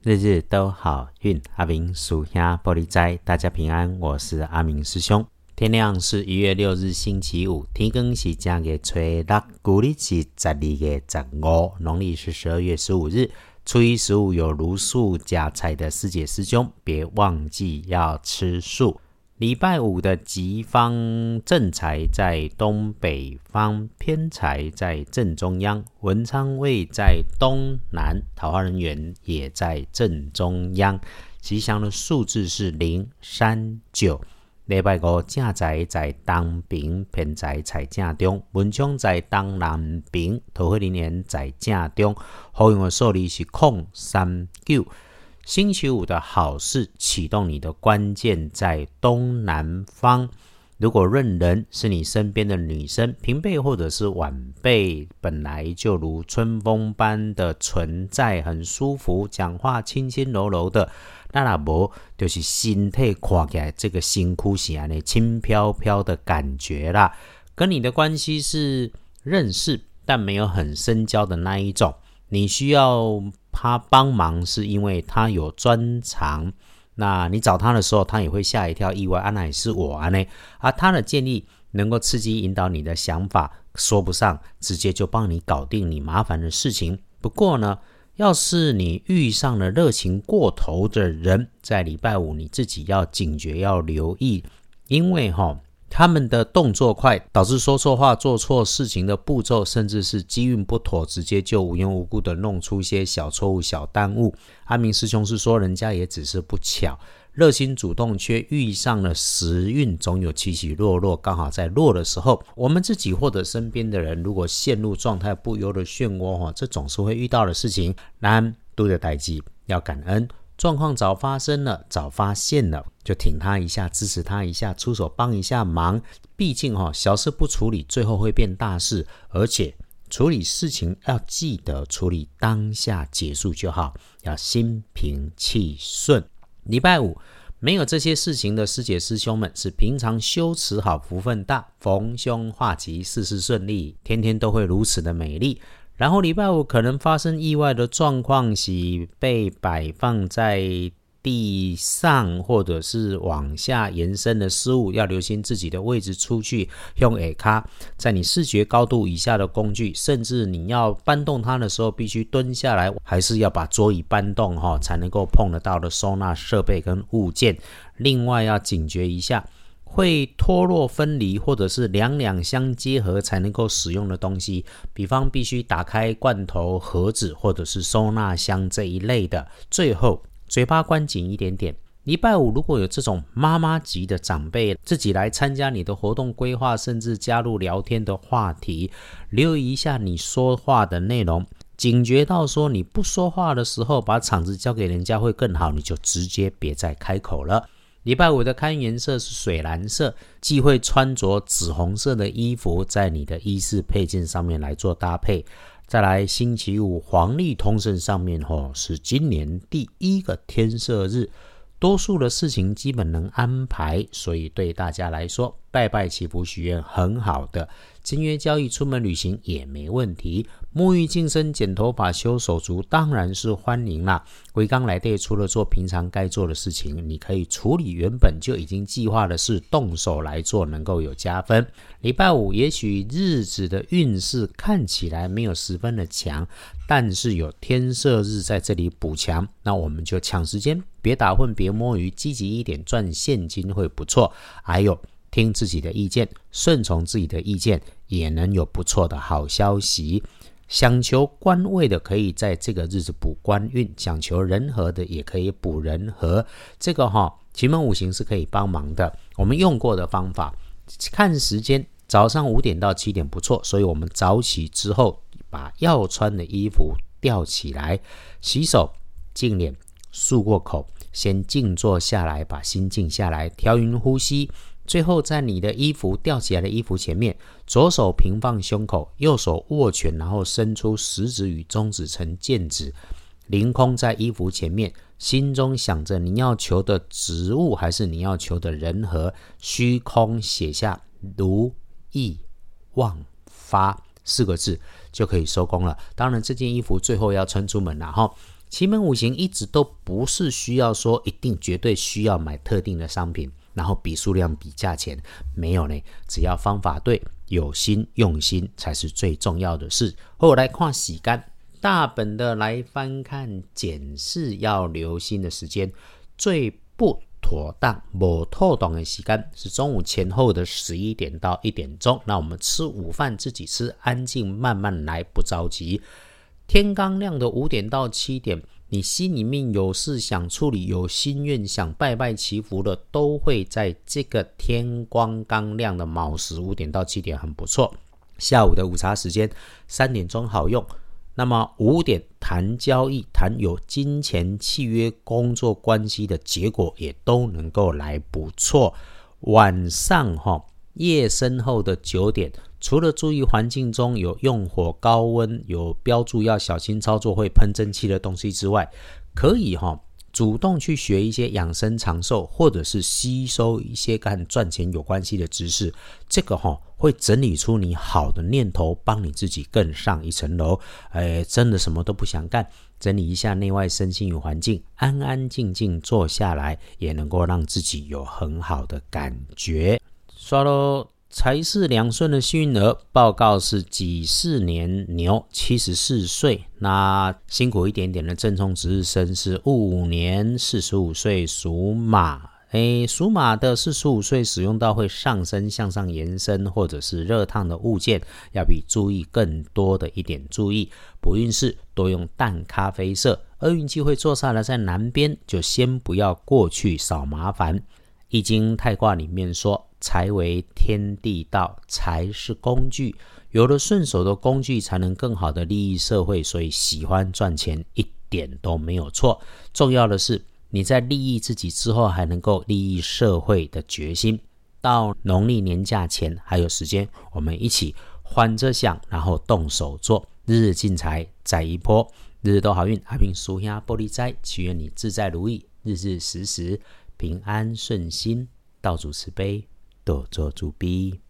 日日都好运，阿明属兄玻璃斋，大家平安，我是阿明师兄。天亮是1月6日星期五，天光是正月初六，古历是12月15，农历是12月15日。初一15有如素夹菜的师姐师兄，别忘记要吃素。礼拜五的吉方正财在东北方，偏财在正中央，文昌位在东南，桃花人缘也在正中央。吉祥的数字是039。礼拜五正财在东边，偏财在正中，文昌在东南边，桃花人缘在正中。好用的数字是039。星期五的好事启动你的关键在东南方。如果论人是你身边的女生、平辈或者是晚辈，本来就如春风般的存在，很舒服，讲话轻轻柔柔的，那若无就是身体看起来这个身躯是这样轻飘飘的感觉啦。跟你的关系是认识但没有很深交的那一种，你需要他帮忙是因为他有专长，那你找他的时候他也会吓一跳，意外那也是我他的建议能够刺激引导你的想法，说不上直接就帮你搞定你麻烦的事情。不过呢，要是你遇上了热情过头的人，在礼拜五你自己要警觉，要留意，因为他们的动作快，导致说错话、做错事情的步骤，甚至是机运不妥，直接就无缘无故的弄出些小错误、小耽误。阿明师兄是说，人家也只是不巧，热心主动却遇上了时运，总有起起落落，刚好在落的时候，我们自己或者身边的人，如果陷入状态不优的漩涡，这总是会遇到的事情。咱都的代志要感恩。状况早发生了，早发现了，就挺他一下，支持他一下，出手帮一下忙。毕竟小事不处理，最后会变大事。而且处理事情要记得处理当下结束就好，要心平气顺。礼拜五没有这些事情的师姐师兄们，是平常修持好，福分大，逢凶化吉，事事顺利，天天都会如此的美丽。然后礼拜五可能发生意外的状况，是被摆放在地上或者是往下延伸的失误，要留心自己的位置，出去用下卡在你视觉高度以下的工具，甚至你要搬动它的时候必须蹲下来，还是要把桌椅搬动才能够碰得到的收纳设备跟物件。另外要警觉一下会脱落分离或者是两相结合才能够使用的东西，比方必须打开罐头盒子或者是收纳箱这一类的。最后嘴巴关紧一点点。礼拜五如果有这种妈妈级的长辈自己来参加你的活动规划，甚至加入聊天的话题，留意一下你说话的内容，警觉到说你不说话的时候把场子交给人家会更好，你就直接别再开口了。礼拜五的看颜色是水蓝色，忌讳穿着紫红色的衣服，在你的衣饰配件上面来做搭配。再来星期五黄历通胜上面是今年第1个天赦日，多数的事情基本能安排，所以对大家来说拜拜祈福许愿很好的，签约交易出门旅行也没问题，沐浴净身剪头发修手足当然是欢迎啦。规刚来对，除了做平常该做的事情，你可以处理原本就已经计划的事，动手来做能够有加分。礼拜五也许日子的运势看起来没有十分的强，但是有天赦日在这里补强，那我们就抢时间，别打混别摸鱼，积极一点赚现金会不错。还有听自己的意见，顺从自己的意见，也能有不错的好消息。想求官位的可以在这个日子补官运，想求人和的也可以补人和。这个奇门五行是可以帮忙的，我们用过的方法。看时间，早上5点到7点不错，所以我们早起之后把要穿的衣服吊起来，洗手净脸，漱过口，先静坐下来，把心静下来，调匀呼吸。最后在你的衣服吊起来的衣服前面，左手平放胸口，右手握拳，然后伸出食指与中指成剑指，凌空在衣服前面，心中想着你要求的职务还是你要求的人和，虚空写下如意忘发4个字就可以收工了。当然这件衣服最后要穿出门了奇门五行一直都不是需要说一定绝对需要买特定的商品，然后比数量比价钱，没有呢，只要方法对，有心用心才是最重要的事。后来看时间，大本的来翻看检视要留心的时间，最不妥当不妥当的时间是中午前后的11点到1点钟，那我们吃午饭自己吃，安静慢慢来，不着急。天刚亮的5点到7点，你心里面有事想处理，有心愿想拜拜祈福的，都会在这个天光刚亮的卯时5点到7点很不错。下午的午茶时间3点钟好用，那么5点谈交易，谈有金钱契约工作关系的结果也都能够来不错。晚上夜深后的9点，除了注意环境中有用火高温，有标注要小心操作会喷蒸汽的东西之外，可以主动去学一些养生长寿，或者是吸收一些跟赚钱有关系的知识，这个会整理出你好的念头，帮你自己更上一层楼。真的什么都不想干，整理一下内外身心与环境，安安静静坐下来，也能够让自己有很好的感觉。刷咯，财势两顺的幸运儿报告是己巳年牛74岁，那辛苦一点点的正冲值日生是戊午年45岁属马。属马的45岁使用到会上升向上延伸或者是热烫的物件，要比注意更多的一点注意。不运势多用淡咖啡色，厄运机会坐煞了在南边，就先不要过去少麻烦。易经太卦里面说，财为天地道，财是工具，有了顺手的工具才能更好的利益社会，所以喜欢赚钱一点都没有错。重要的是你在利益自己之后还能够利益社会的决心。到农历年假前还有时间，我们一起缓着想，然后动手做，日日进财再一波，日日都好运。阿明属下玻璃斋，祈愿你自在如意，日日时时平安顺心，道主慈悲，多做主逼。